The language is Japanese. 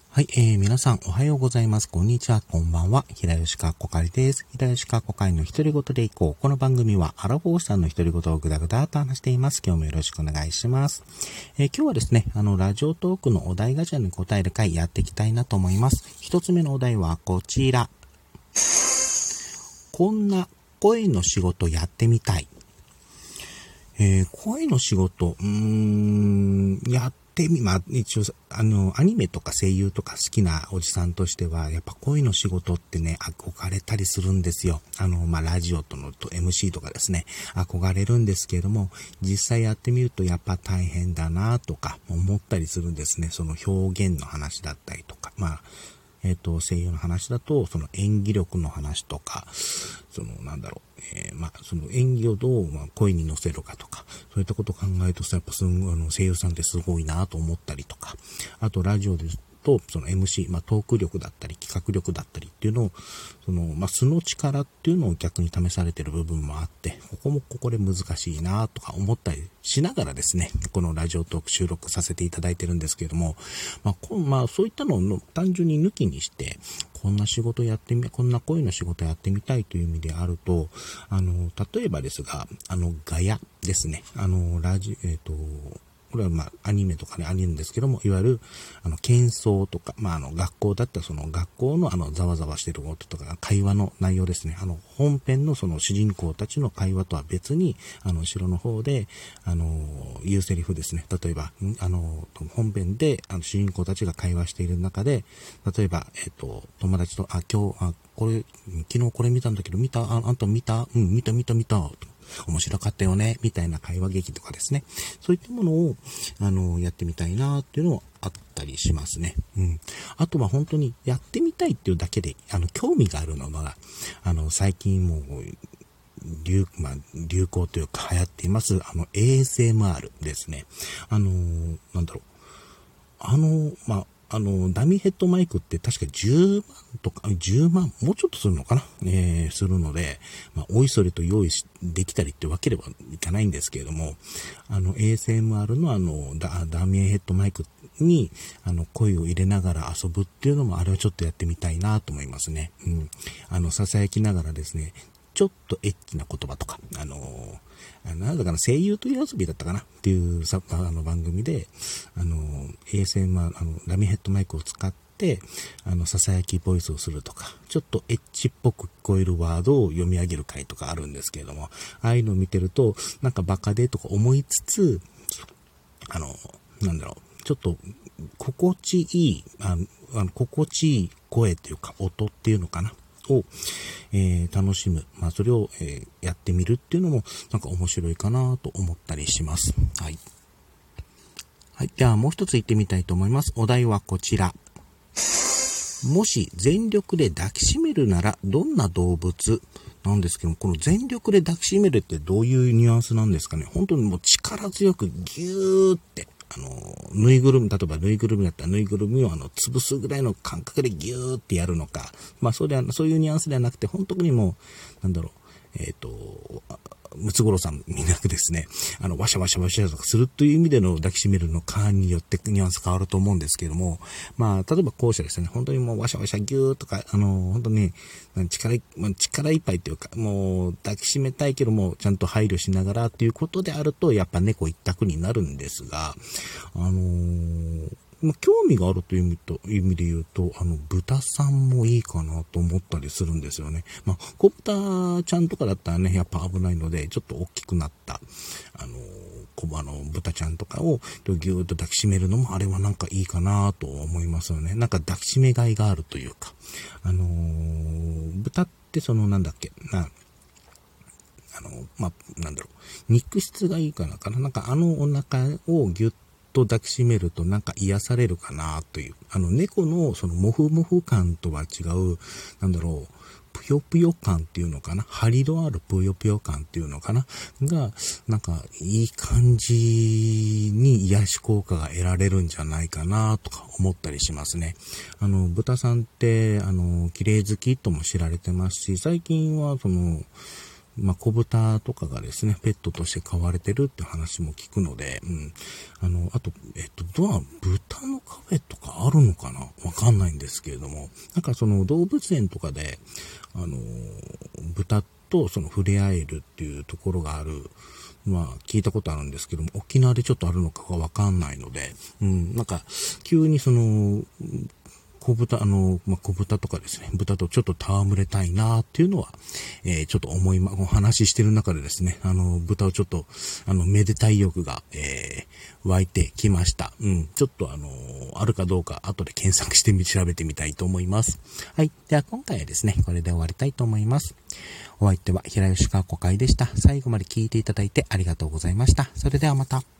はい、皆さんおはようございます。こんにちは、こんばんは。平吉かっこかりです。平吉かっこかりの独り言でいこう。この番組はアラフォーさんの独り言をぐだぐだと話しています。今日もよろしくお願いします。今日はですね、ラジオトークのお題ガチャに答える回やっていきたいなと思います。一つ目のお題はこちら。こんな声の仕事やってみたい。声の仕事、まあ、一応、アニメとか声優とか好きなおじさんとしては、やっぱ声の仕事ってね、憧れたりするんですよ。ラジオとのMC とかですね、憧れるんですけれども、実際やってみるとやっぱ大変だなとか思ったりするんですね。その表現の話だったりとか、声優の話だと、その演技力の話とか、その演技をどう、声に乗せるかとか、そういったことを考えるとさ、やっぱ声優さんってすごいなと思ったりとか、あとラジオですと、その MC、トーク力だったり、企画力だったりっていうのを、素の力っていうのを逆に試されている部分もあって、ここで難しいなとか思ったりしながらですね、このラジオトーク収録させていただいてるんですけれども、そういったのを単純に抜きにして、こんな声の仕事やってみたいという意味であると、例えばですが、ガヤですね、これはアニメとかね、あるんですけども、いわゆる、喧騒とか、学校だったらその学校のざわざわしてる音とか、会話の内容ですね。本編のその主人公たちの会話とは別に、後ろの方で、言うセリフですね。例えば、本編で、主人公たちが会話している中で、例えば、友達と、昨日これ見たんだけど、あんた見た？見た。面白かったよね、みたいな会話劇とかですね。そういったものを、やってみたいなっていうのはあったりしますね。あとは本当にやってみたいっていうだけで、興味があるのは、最近もう、流行というか流行っています、ASMR ですね。ダミーヘッドマイクって確か10万とか、10万、もうちょっとするのかな、するので、おいそれと用意できたりってわけではいかないんですけれども、ASMR のダミーヘッドマイクに、声を入れながら遊ぶっていうのも、あれはちょっとやってみたいなと思いますね。囁きながらですね、ちょっとエッチな言葉とか、声優という遊びだったかなっていう番組で、ASMR、ダミーヘッドマイクを使って、囁きボイスをするとか、ちょっとエッチっぽく聞こえるワードを読み上げる回とかあるんですけれども、ああいうのを見てると、なんかバカでとか思いつつ、ちょっと心地いい声というか音っていうのかな。を、楽しむ。それを、やってみるっていうのもなんか面白いかなと思ったりします。はい。はい。ではもう一つ言ってみたいと思います。お題はこちら。もし全力で抱きしめるならどんな動物なんですけども、この全力で抱きしめるってどういうニュアンスなんですかね。本当にもう力強くギューって、例えばぬいぐるみだったらぬいぐるみを潰すぐらいの感覚でギューってやるのか。そういうニュアンスではなくて、本当にもう、ムツゴロウさんみんなくですね、ワシャワシャとかするという意味での抱きしめるの感によってニュアンス変わると思うんですけれども、例えば後者ですね、本当にもうワシャワシャギューとか、本当に力いっぱいというか、もう抱きしめたいけども、ちゃんと配慮しながらっていうことであると、やっぱ猫一択になるんですが、興味があるという意味で言うと、豚さんもいいかなと思ったりするんですよね。小豚ちゃんとかだったらね、やっぱ危ないので、ちょっと大きくなった、豚ちゃんとかをぎゅーっと抱きしめるのも、あれはなんかいいかなと思いますよね。なんか抱きしめがいがあるというか、豚って肉質がいいからかな。なんかお腹をぎゅっと抱きしめるとなんか癒されるかなという。猫のそのモフモフ感とは違う、ぷよぷよ感っていうのかな。張りのあるぷよぷよ感っていうのかな。が、なんかいい感じに癒し効果が得られるんじゃないかなとか思ったりしますね。豚さんって、綺麗好きとも知られてますし、最近は小豚とかがですね、ペットとして飼われてるって話も聞くので、あと、豚のカフェとかあるのかな、わわかんないんですけれども、なんかその動物園とかで、豚とその触れ合えるっていうところがある、聞いたことあるんですけども、沖縄でちょっとあるのかがわかんないので、なんか、急にその、小豚とかですね、豚とちょっと戯れたいなっていうのは、ちょっとお話ししてる中でですね、豚をちょっと、めでたい欲が、湧いてきました。ちょっとあるかどうか後で検索して調べてみたいと思います。はい。では今回はですね、これで終わりたいと思います。お相手は平吉川子会でした。最後まで聞いていただいてありがとうございました。それではまた。